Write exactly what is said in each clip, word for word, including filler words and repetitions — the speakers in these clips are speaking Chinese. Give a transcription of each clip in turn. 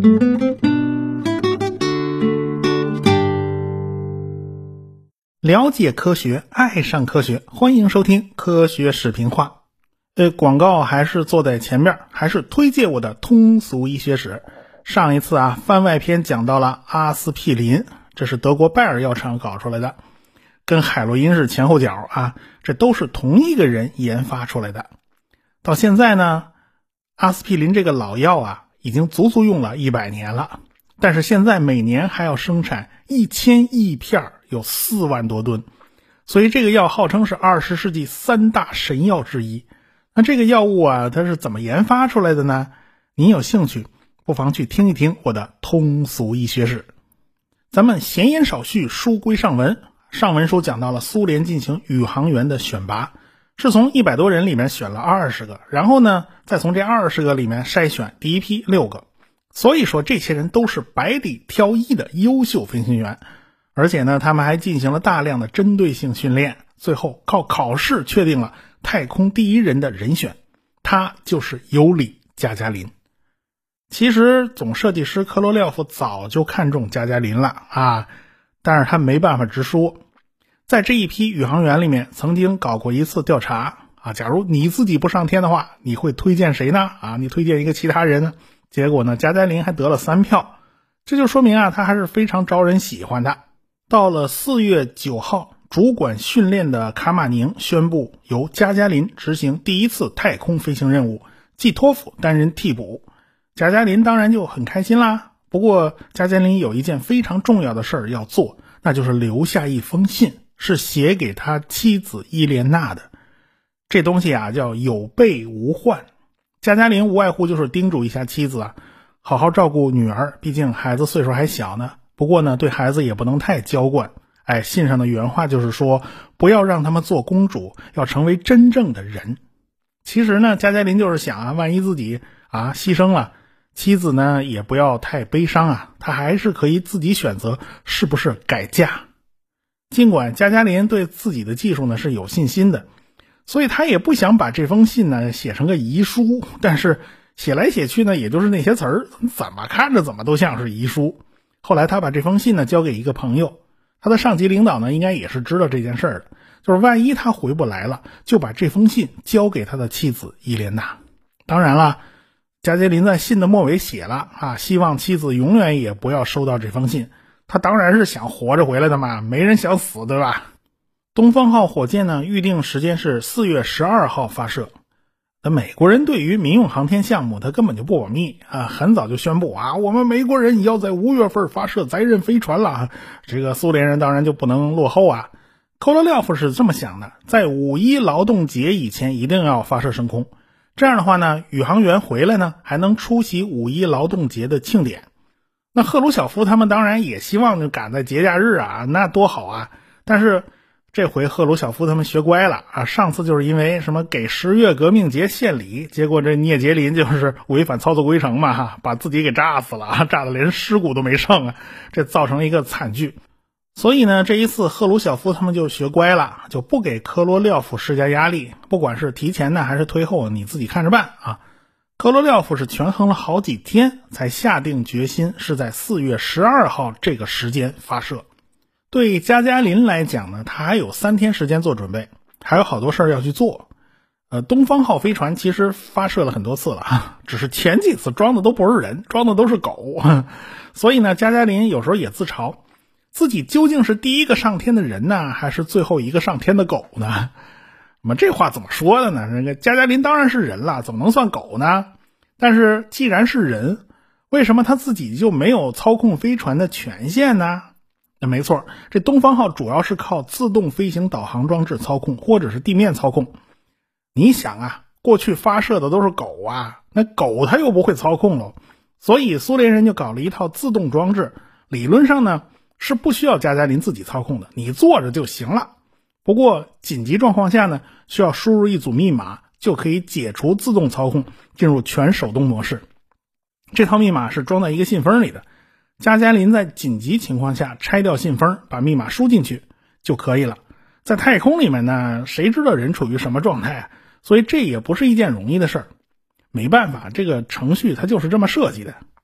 了解科学，爱上科学，欢迎收听科学视频化。呃，广告还是坐在前面，还是推荐我的通俗医学史。上一次啊，番外篇讲到了阿司匹林，这是德国拜耳药厂搞出来的，跟海洛因是前后脚啊，这都是同一个人研发出来的。到现在呢，阿司匹林这个老药啊，已经足足用了一百年了，但是现在每年还要生产一千亿片，有四万多吨，所以这个药号称是二十世纪三大神药之一。那这个药物啊，它是怎么研发出来的呢？您有兴趣，不妨去听一听我的通俗医学史。咱们闲言少叙，书归上文。上文书讲到了苏联进行宇航员的选拔，是从一百多人里面选了二十个，然后呢，再从这二十个里面筛选第一批六个。所以说这些人都是百里挑一的优秀飞行员，而且呢，他们还进行了大量的针对性训练，最后靠考试确定了太空第一人的人选，他就是尤里·加加林。其实总设计师科罗廖夫早就看中加加林了啊，但是他没办法直说。在这一批宇航员里面，曾经搞过一次调查啊，假如你自己不上天的话，你会推荐谁呢？啊，你推荐一个其他人呢？结果呢，加加林还得了三票，这就说明啊，他还是非常招人喜欢的。到了四月九号，主管训练的卡马宁宣布由加加林执行第一次太空飞行任务，季托夫担任替补。加加林当然就很开心啦。不过加加林有一件非常重要的事儿要做，那就是留下一封信，是写给他妻子伊莲娜的。这东西啊叫有备无患。加加林无外乎就是叮嘱一下妻子啊，好好照顾女儿，毕竟孩子岁数还小呢。不过呢，对孩子也不能太娇惯。哎，信上的原话就是说，不要让他们做公主，要成为真正的人。其实呢，加加林就是想啊，万一自己啊牺牲了，妻子呢也不要太悲伤啊，他还是可以自己选择是不是改嫁。尽管加加林对自己的技术呢是有信心的，所以他也不想把这封信呢写成个遗书，但是写来写去呢，也就是那些词儿，怎么看着怎么都像是遗书。后来他把这封信呢交给一个朋友，他的上级领导呢应该也是知道这件事的，就是万一他回不来了，就把这封信交给他的妻子伊莲娜。当然了，加加林在信的末尾写了啊，希望妻子永远也不要收到这封信。他当然是想活着回来的嘛，没人想死，对吧？东方号火箭呢，预定时间是四月十二号发射。那美国人对于民用航天项目他根本就不保密啊，很早就宣布啊，我们美国人要在五月份发射载人飞船了。这个苏联人当然就不能落后啊。科罗廖夫是这么想的，在五一劳动节以前一定要发射升空，这样的话呢，宇航员回来呢还能出席五一劳动节的庆典。那赫鲁晓夫他们当然也希望就赶在节假日啊，那多好啊。但是这回赫鲁晓夫他们学乖了啊，上次就是因为什么给十月革命节献礼，结果这聂杰林就是违反操作规程嘛，哈，把自己给炸死了，炸得连尸骨都没剩啊，这造成了一个惨剧。所以呢，这一次赫鲁晓夫他们就学乖了，就不给科罗廖夫施加压力，不管是提前呢还是推后，你自己看着办啊。科罗廖夫是权衡了好几天，才下定决心是在四月十二号这个时间发射。对加加林来讲呢，他还有三天时间做准备，还有好多事儿要去做。呃，东方号飞船其实发射了很多次了，只是前几次装的都不是人，装的都是狗。所以呢，加加林有时候也自嘲，自己究竟是第一个上天的人呢，还是最后一个上天的狗呢？那么这话怎么说的呢？这个加加林当然是人了，怎么能算狗呢？但是既然是人，为什么他自己就没有操控飞船的权限呢？那没错，这东方号主要是靠自动飞行导航装置操控，或者是地面操控。你想啊，过去发射的都是狗啊，那狗它又不会操控了，所以苏联人就搞了一套自动装置，理论上呢是不需要加加林自己操控的，你坐着就行了。不过紧急状况下呢，需要输入一组密码，就可以解除自动操控，进入全手动模式。这套密码是装在一个信封里的，加加林在紧急情况下拆掉信封，把密码输进去就可以了。在太空里面呢，谁知道人处于什么状态啊？所以这也不是一件容易的事儿。没办法，这个程序它就是这么设计的。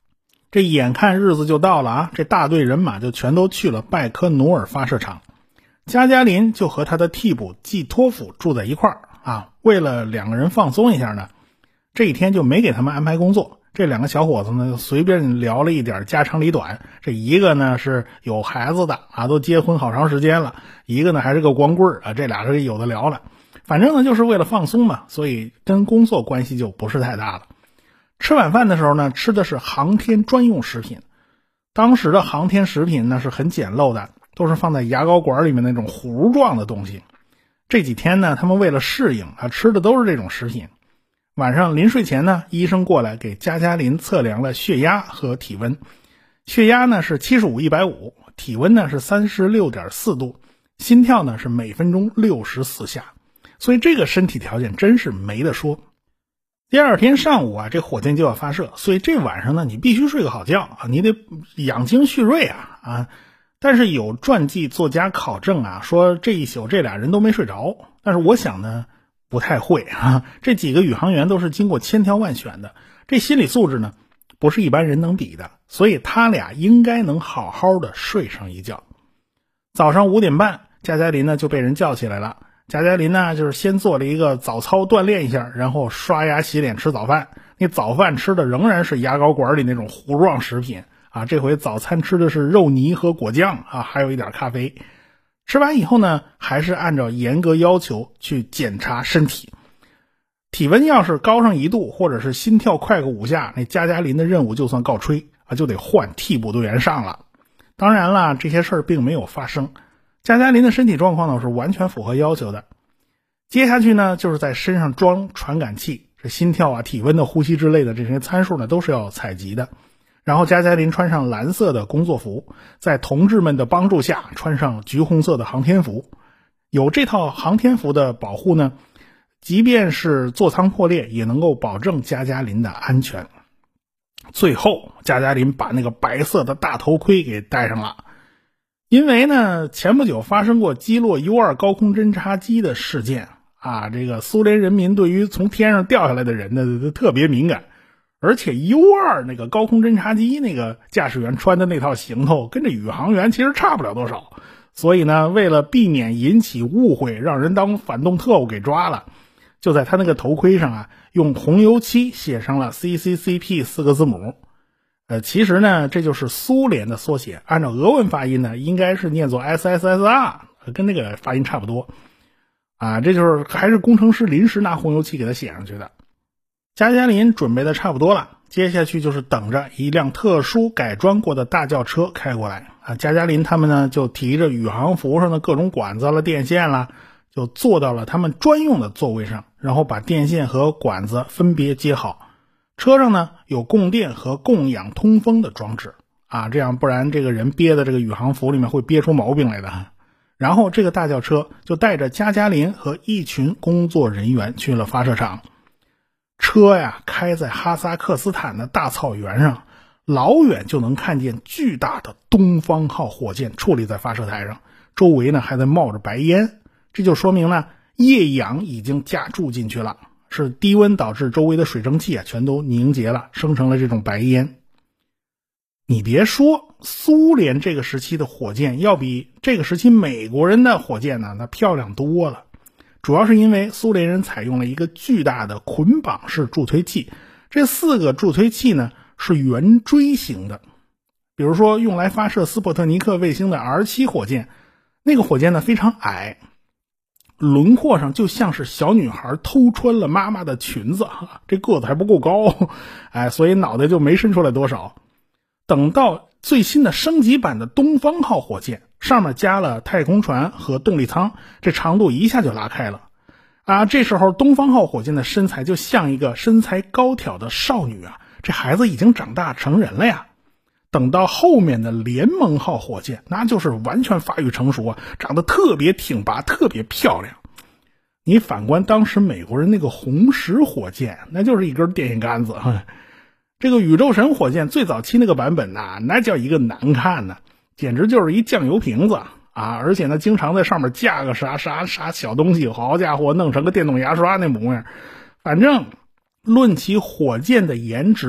这眼看日子就到了啊，这大队人马就全都去了拜科努尔发射场。加加林就和他的替补季托夫住在一块儿啊，为了两个人放松一下呢，这一天就没给他们安排工作。这两个小伙子呢，随便聊了一点家长里短。这一个呢是有孩子的啊，都结婚好长时间了；一个呢还是个光棍啊，这俩是有的聊了。反正呢就是为了放松嘛，所以跟工作关系就不是太大了。吃晚饭的时候呢，吃的是航天专用食品。当时的航天食品呢是很简陋的，都是放在牙膏管里面那种糊状的东西。这几天呢，他们为了适应啊，吃的都是这种食品。晚上临睡前呢，医生过来给加加林测量了血压和体温。血压呢是七十五一百五，体温呢是 三十六点四度，心跳呢是每分钟六十四下。所以这个身体条件真是没得说。第二天上午啊，这火箭就要发射，所以这晚上呢，你必须睡个好觉啊，你得养精蓄锐啊啊！但是有传记作家考证啊，说这一宿这俩人都没睡着。但是我想呢，不太会啊。这几个宇航员都是经过千挑万选的，这心理素质呢，不是一般人能比的，所以他俩应该能好好的睡上一觉。早上五点半，加加林呢就被人叫起来了。加加林呢，就是先做了一个早操锻炼一下，然后刷牙洗脸吃早饭。那早饭吃的仍然是牙膏管里那种糊状食品啊，这回早餐吃的是肉泥和果酱啊，还有一点咖啡。吃完以后呢，还是按照严格要求去检查身体。体温要是高上一度，或者是心跳快个五下，那加加林的任务就算告吹啊，就得换替补队员上了。当然了，这些事儿并没有发生。加加林的身体状况呢是完全符合要求的。接下去呢，就是在身上装传感器，这心跳啊、体温的呼吸之类的这些参数呢，都是要采集的。然后加加林穿上蓝色的工作服，在同志们的帮助下穿上橘红色的航天服。有这套航天服的保护呢，即便是座舱破裂，也能够保证加加林的安全。最后，加加林把那个白色的大头盔给戴上了。因为呢，前不久发生过击落 U 二 高空侦察机的事件啊，这个苏联人民对于从天上掉下来的人呢特别敏感，而且 U 二 那个高空侦察机那个驾驶员穿的那套行头跟这宇航员其实差不了多少，所以呢，为了避免引起误会，让人当反动特务给抓了，就在他那个头盔上啊，用红油漆写上了 C C C P 四个字母。呃，其实呢，这就是苏联的缩写，按照俄文发音呢，应该是念作 S S S R， 跟那个发音差不多。啊，这就是还是工程师临时拿红油漆给他写上去的。加加林准备的差不多了，接下去就是等着一辆特殊改装过的大轿车开过来啊。加加林他们呢，就提着宇航服上的各种管子了、电线了，就坐到了他们专用的座位上，然后把电线和管子分别接好。车上呢有供电和供氧通风的装置啊，这样不然这个人憋在这个宇航服里面会憋出毛病来的。然后这个大轿车就带着加加林和一群工作人员去了发射场。车呀开在哈萨克斯坦的大草原上，老远就能看见巨大的东方号火箭矗立在发射台上，周围呢还在冒着白烟，这就说明呢液氧已经加注进去了。是低温导致周围的水蒸气啊全都凝结了，生成了这种白烟。你别说，苏联这个时期的火箭要比这个时期美国人的火箭呢那漂亮多了。主要是因为苏联人采用了一个巨大的捆绑式助推器，这四个助推器呢是圆锥形的。比如说用来发射斯普特尼克卫星的 R 七 火箭，那个火箭呢非常矮，轮廓上就像是小女孩偷穿了妈妈的裙子，这个子还不够高，哎，所以脑袋就没伸出来多少。等到最新的升级版的东方号火箭，上面加了太空船和动力舱，这长度一下就拉开了啊！这时候东方号火箭的身材就像一个身材高挑的少女啊，这孩子已经长大成人了呀。等到后面的联盟号火箭，那就是完全发育成熟啊，长得特别挺拔，特别漂亮。你反观当时美国人那个红石火箭，那就是一根电线杆子。这个宇宙神火箭最早期那个版本呐，那叫一个难看呢，简直就是一酱油瓶子啊！而且呢，经常在上面架个啥啥啥小东西，好家伙，弄成个电动牙刷那模样。反正论起火箭的颜值，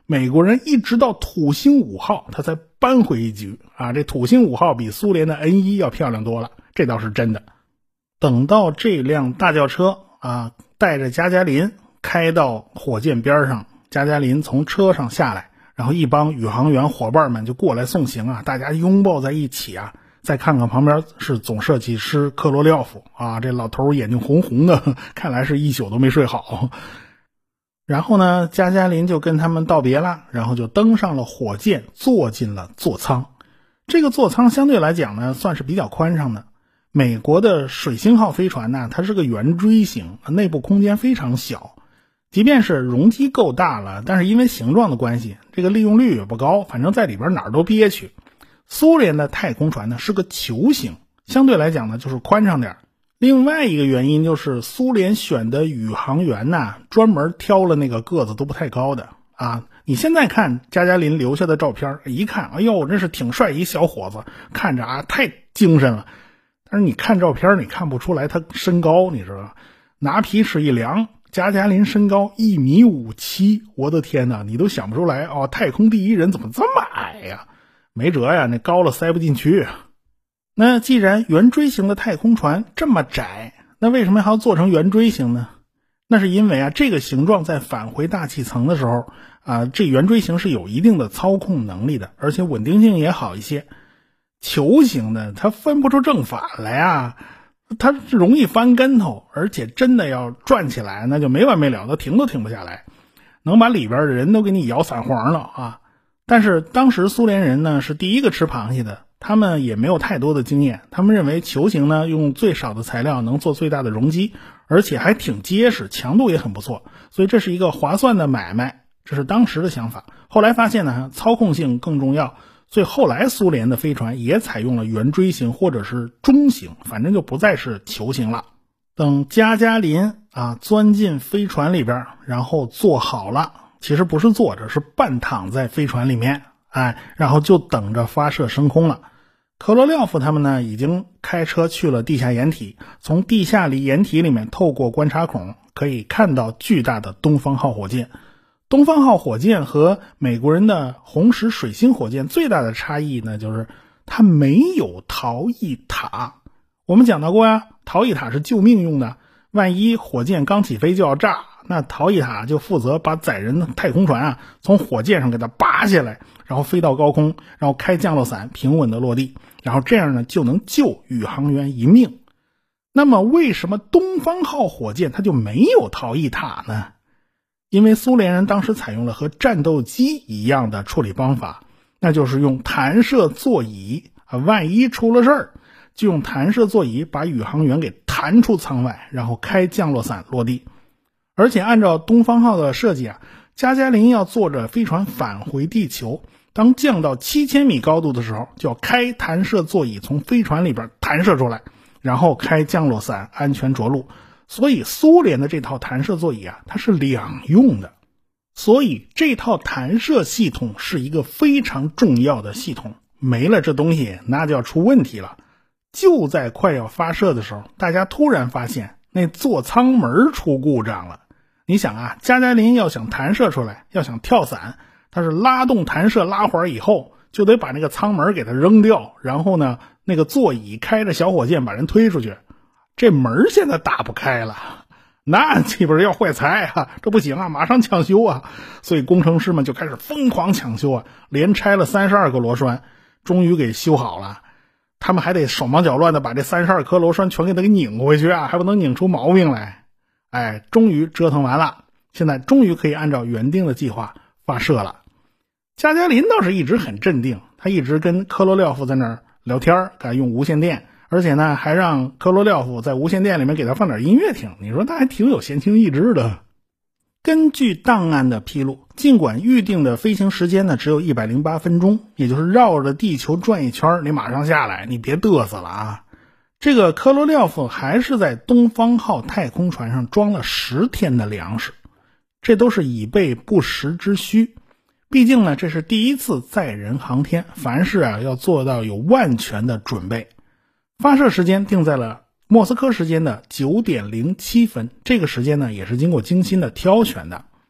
美国人一直到土星五号他才扳回一局啊！这土星五号比苏联的 N 一 要漂亮多了，这倒是真的。等到这辆大轿车啊带着加加林开到火箭边上，加加林从车上下来，然后一帮宇航员伙伴们就过来送行啊，大家拥抱在一起啊。再看看旁边是总设计师科罗廖夫啊，这老头眼睛红红的，看来是一宿都没睡好。然后呢，加加林就跟他们道别了，然后就登上了火箭，坐进了座舱。这个座舱相对来讲呢，算是比较宽敞的。美国的水星号飞船呢，它是个圆锥形，内部空间非常小。即便是容积够大了，但是因为形状的关系，这个利用率也不高，反正在里边哪儿都憋屈。苏联的太空船呢是个球形，相对来讲呢就是宽敞点。另外一个原因就是苏联选的宇航员呐，专门挑了那个个子都不太高的啊。你现在看加加林留下的照片，一看，哎呦，真是挺帅一小伙子，看着啊太精神了。但是你看照片，你看不出来他身高，你知道吗？拿皮尺一量，加加林身高一米五七，我的天哪，你都想不出来哦，太空第一人怎么这么矮呀？没辙呀，那高了塞不进去。那既然圆锥形的太空船这么窄，那为什么还要做成圆锥形呢？那是因为啊，这个形状在返回大气层的时候啊，这圆锥形是有一定的操控能力的，而且稳定性也好一些。球形的它分不出正反来啊，它容易翻跟头，而且真的要转起来那就没完没了，它停都停不下来，能把里边的人都给你摇散黄了啊！但是当时苏联人呢是第一个吃螃蟹的，他们也没有太多的经验，他们认为球形呢用最少的材料能做最大的容积，而且还挺结实，强度也很不错，所以这是一个划算的买卖，这是当时的想法。后来发现呢，操控性更重要，所以后来苏联的飞船也采用了圆锥形或者是中型，反正就不再是球形了。等加加林啊钻进飞船里边，然后坐好了，其实不是坐着，是半躺在飞船里面，哎，然后就等着发射升空了。科罗廖夫他们呢，已经开车去了地下掩体，从地下里掩体里面透过观察孔可以看到巨大的东方号火箭。东方号火箭和美国人的红石水星火箭最大的差异呢，就是它没有逃逸塔。我们讲到过呀，逃逸塔是救命用的，万一火箭刚起飞就要炸，那逃逸塔就负责把载人的太空船啊从火箭上给它拔下来，然后飞到高空，然后开降落伞平稳的落地，然后这样呢就能救宇航员一命。那么为什么东方号火箭它就没有逃逸塔呢？因为苏联人当时采用了和战斗机一样的处理方法，那就是用弹射座椅啊，万一出了事儿，就用弹射座椅把宇航员给弹出舱外，然后开降落伞落地。而且按照东方号的设计啊，加加林要坐着飞船返回地球，当降到七千米高度的时候，就要开弹射座椅从飞船里边弹射出来，然后开降落伞安全着陆。所以苏联的这套弹射座椅啊，它是两用的，所以这套弹射系统是一个非常重要的系统，没了这东西那就要出问题了。就在快要发射的时候，大家突然发现那座舱门出故障了。你想啊，加加林要想弹射出来，要想跳伞，他是拉动弹射拉环以后，就得把那个舱门给它扔掉，然后呢，那个座椅开着小火箭把人推出去。这门现在打不开了，那岂不是要坏财啊？这不行啊，马上抢修啊！所以工程师们就开始疯狂抢修啊，连拆了三十二个螺栓，终于给修好了。他们还得手忙脚乱的把这三十二颗螺栓全给它给拧回去啊，还不能拧出毛病来。哎，终于折腾完了，现在终于可以按照原定的计划发射了。加加林倒是一直很镇定，他一直跟科罗廖夫在那儿聊天，敢用无线电。而且呢，还让科罗廖夫在无线电里面给他放点音乐听，你说他还挺有闲情逸致的。根据档案的披露，尽管预定的飞行时间呢只有一百零八分钟，也就是绕着地球转一圈，你马上下来，你别嘚瑟了啊。这个科罗廖夫还是在东方号太空船上装了十天的粮食，这都是以备不时之需。毕竟呢，这是第一次载人航天，凡事啊要做到有万全的准备。发射时间定在了莫斯科时间的九点零七分，这个时间呢也是经过精心的挑选的。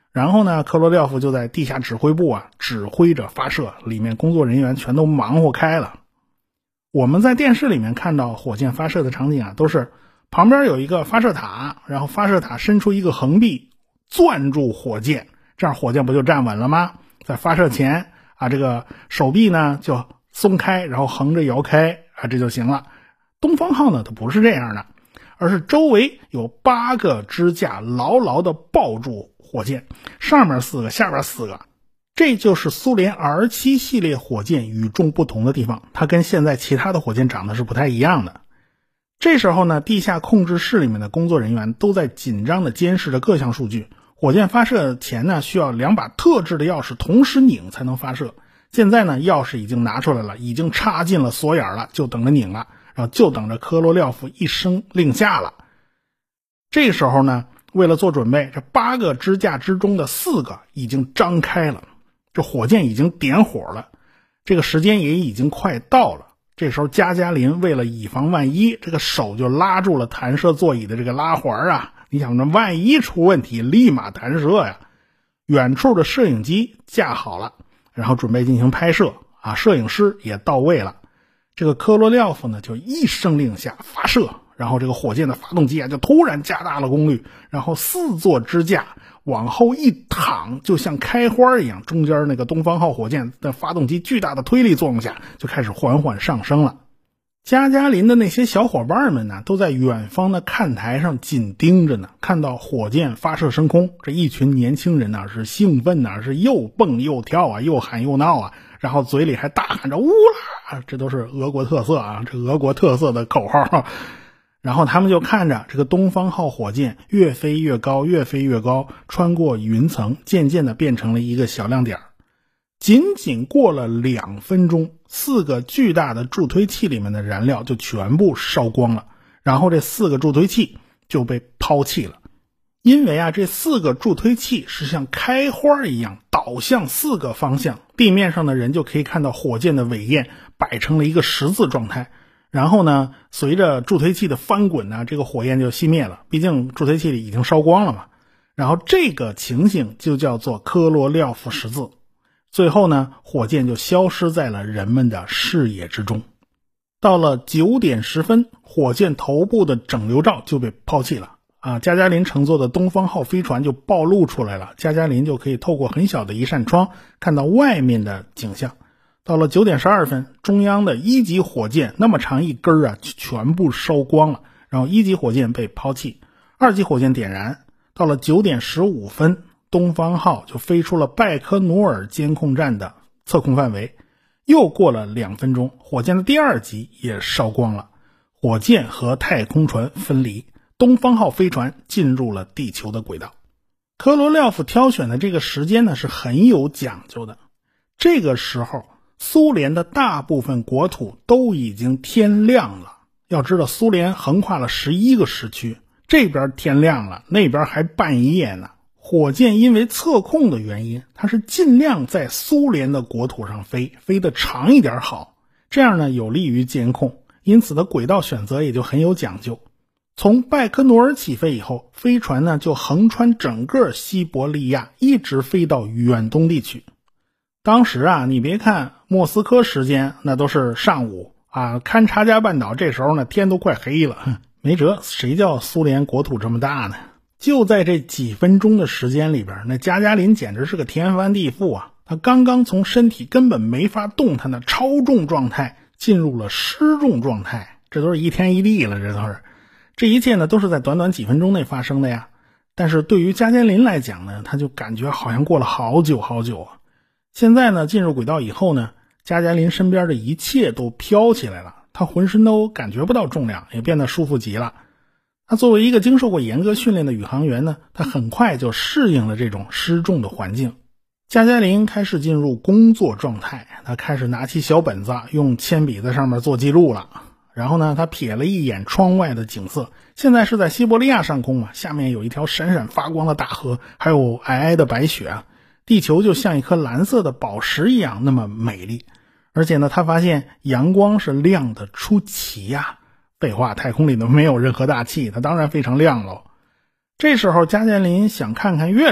然后呢，科罗廖夫就在地下指挥部啊指挥着发射，里面工作人员全都忙活开了。我们在电视里面看到火箭发射的场景啊，都是旁边有一个发射塔，然后发射塔伸出一个横臂攥住火箭，这样火箭不就站稳了吗？在发射前啊，这个手臂呢就松开，然后横着摇开啊，这就行了。东方号呢它不是这样的，而是周围有八个支架牢牢地抱住火箭，上面四个，下边四个。这就是苏联 R 七 系列火箭与众不同的地方，它跟现在其他的火箭长得是不太一样的。这时候呢，地下控制室里面的工作人员都在紧张地监视着各项数据。火箭发射前呢，需要两把特制的钥匙同时拧才能发射。现在呢，钥匙已经拿出来了，已经插进了锁眼了，就等着拧了，然后就等着科罗廖夫一声令下了。这时候呢，为了做准备，这八个支架之中的四个已经张开了，这火箭已经点火了，这个时间也已经快到了。这时候加加林为了以防万一，这个手就拉住了弹射座椅的这个拉环啊，你想这万一出问题立马弹射呀。远处的摄影机架好了，然后准备进行拍摄啊，摄影师也到位了。这个科罗廖夫呢就一声令下发射，然后这个火箭的发动机啊就突然加大了功率，然后四座支架往后一躺，就像开花一样，中间那个东方号火箭的发动机巨大的推力作用下就开始缓缓上升了。加加林的那些小伙伴们呢，都在远方的看台上紧盯着呢，看到火箭发射升空，这一群年轻人呢是兴奋呢，是又蹦又跳啊，又喊又闹啊，然后嘴里还大喊着乌拉，这都是俄国特色啊，这俄国特色的口号。然后他们就看着这个东方号火箭越飞越高，越飞越高，穿过云层，渐渐的变成了一个小亮点。仅仅过了两分钟，四个巨大的助推器里面的燃料就全部烧光了，然后这四个助推器就被抛弃了。因为啊，这四个助推器是像开花一样导向四个方向，地面上的人就可以看到火箭的尾焰摆成了一个十字状态。然后呢，随着助推器的翻滚呢，这个火焰就熄灭了，毕竟助推器里已经烧光了嘛。然后这个情形就叫做科罗廖夫十字。最后呢，火箭就消失在了人们的视野之中。到了九点十分，火箭头部的整流罩就被抛弃了啊，加加林乘坐的东方号飞船就暴露出来了，加加林就可以透过很小的一扇窗看到外面的景象。到了九点十二分，中央的一级火箭那么长一根啊，全部烧光了，然后一级火箭被抛弃，二级火箭点燃。到了九点十五分，东方号就飞出了拜科努尔监控站的测控范围。又过了两分钟，火箭的第二级也烧光了，火箭和太空船分离，东方号飞船进入了地球的轨道。科罗廖夫挑选的这个时间呢是很有讲究的，这个时候苏联的大部分国土都已经天亮了。要知道苏联横跨了十一个时区，这边天亮了，那边还半夜呢。火箭因为测控的原因，它是尽量在苏联的国土上飞，飞得长一点好，这样呢有利于监控，因此的轨道选择也就很有讲究。从拜科努尔起飞以后，飞船呢就横穿整个西伯利亚，一直飞到远东地区。当时啊，你别看莫斯科时间那都是上午啊，勘察加半岛这时候呢天都快黑了，没辙，谁叫苏联国土这么大呢？就在这几分钟的时间里边，那加加林简直是个天翻地覆啊！他刚刚从身体根本没法动弹的超重状态进入了失重状态，这都是一天一地了，这都是。这一切呢都是在短短几分钟内发生的呀。但是对于加加林来讲呢，他就感觉好像过了好久好久啊。现在呢进入轨道以后呢，加加林身边的一切都飘起来了，他浑身都感觉不到重量，也变得舒服极了。他作为一个经受过严格训练的宇航员呢，他很快就适应了这种失重的环境。加加林开始进入工作状态，他开始拿起小本子，用铅笔在上面做记录了。然后呢，他瞥了一眼窗外的景色，现在是在西伯利亚上空嘛，下面有一条闪闪发光的大河，还有皑皑的白雪啊，地球就像一颗蓝色的宝石一样那么美丽。而且呢，他发现阳光是亮得出奇呀、啊。废话，太空里都没有任何大气，它当然非常亮喽。这时候加加林想看看月亮，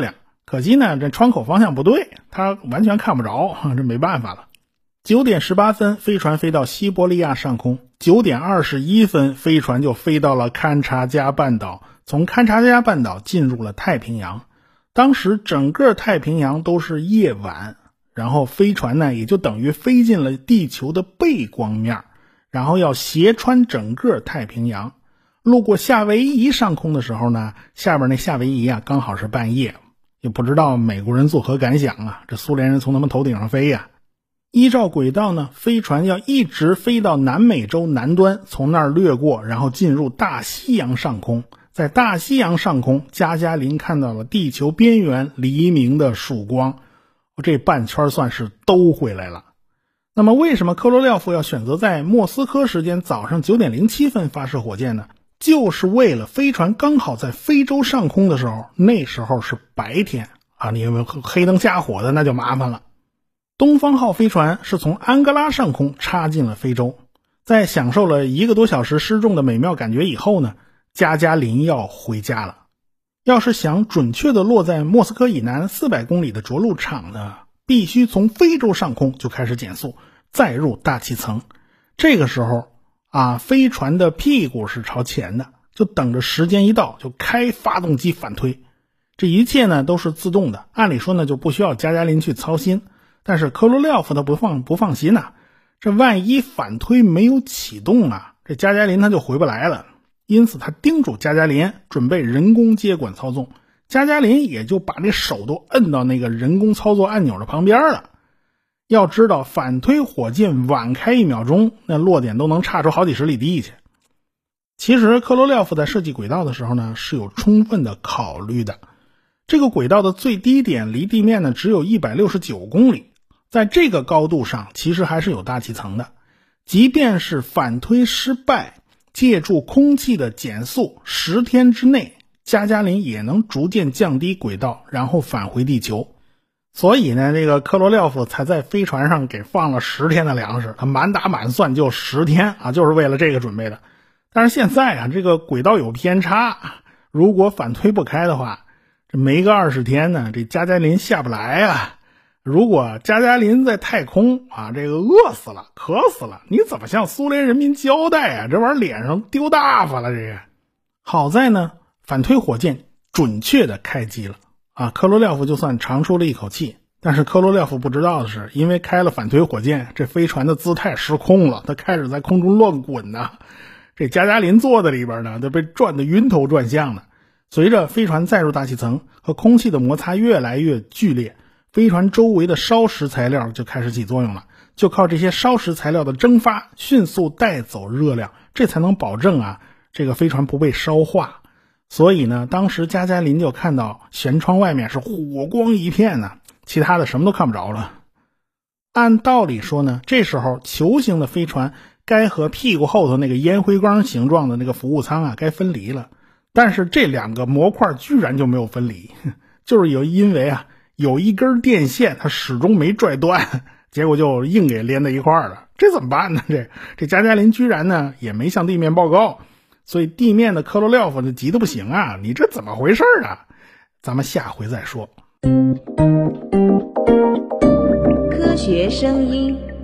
可惜呢，这窗口方向不对，他完全看不着，这没办法了。九点十八分，飞船飞到西伯利亚上空。九点二十一分，飞船就飞到了堪察加半岛，从堪察加半岛进入了太平洋。当时整个太平洋都是夜晚，然后飞船呢也就等于飞进了地球的背光面，然后要斜穿整个太平洋。路过夏威夷上空的时候呢，下边那夏威夷啊刚好是半夜，也不知道美国人作何感想啊，这苏联人从他们头顶上飞呀、啊。依照轨道呢，飞船要一直飞到南美洲南端，从那儿掠过，然后进入大西洋上空。在大西洋上空，加加林看到了地球边缘黎明的曙光，这半圈算是兜回来了。那么为什么科罗廖夫要选择在莫斯科时间早上九点零七分发射火箭呢？就是为了飞船刚好在非洲上空的时候，那时候是白天啊，你有没有黑灯瞎火的那就麻烦了。东方号飞船是从安哥拉上空插进了非洲，在享受了一个多小时失重的美妙感觉以后呢，加加林要回家了。要是想准确的落在莫斯科以南四百公里的着陆场呢，必须从非洲上空就开始减速，再入大气层。这个时候啊，飞船的屁股是朝前的，就等着时间一到就开发动机反推。这一切呢都是自动的，按理说呢就不需要加加林去操心。但是科罗廖夫他不放不放心呐、啊，这万一反推没有启动啊，这加加林他就回不来了。因此他叮嘱加加林准备人工接管操纵，加加林也就把这手都摁到那个人工操作按钮的旁边了。要知道反推火箭晚开一秒钟，那落点都能差出好几十里地去。其实科罗廖夫在设计轨道的时候呢，是有充分的考虑的。这个轨道的最低点离地面呢只有一百六十九公里。在这个高度上其实还是有大气层的，即便是反推失败，借助空气的减速，十天之内加加林也能逐渐降低轨道，然后返回地球。所以呢，这个科罗廖夫才在飞船上给放了十天的粮食，他满打满算就十天啊，就是为了这个准备的。但是现在啊，这个轨道有偏差，如果反推不开的话，这没个二十天呢，这加加林下不来啊。如果加加林在太空啊，这个饿死了渴死了，你怎么向苏联人民交代啊？这玩意儿脸上丢大发了。这个好在呢，反推火箭准确的开机了啊，科罗廖夫就算长出了一口气。但是科罗廖夫不知道的是，因为开了反推火箭，这飞船的姿态失控了，它开始在空中乱滚呢。这加加林坐在里边呢，都被转得晕头转向的。随着飞船再入大气层，和空气的摩擦越来越剧烈，飞船周围的烧蚀材料就开始起作用了，就靠这些烧蚀材料的蒸发迅速带走热量，这才能保证啊这个飞船不被烧化。所以呢，当时加加林就看到舷窗外面是火光一片呢、啊，其他的什么都看不着了。按道理说呢，这时候球形的飞船该和屁股后头那个烟灰缸形状的那个服务舱啊该分离了，但是这两个模块居然就没有分离，就是有因为啊有一根电线它始终没拽断，结果就硬给连在一块儿了。这怎么办呢？这这加加林居然呢也没向地面报告，所以地面的科罗廖夫就急得不行啊！你这怎么回事啊？咱们下回再说。 科学声音。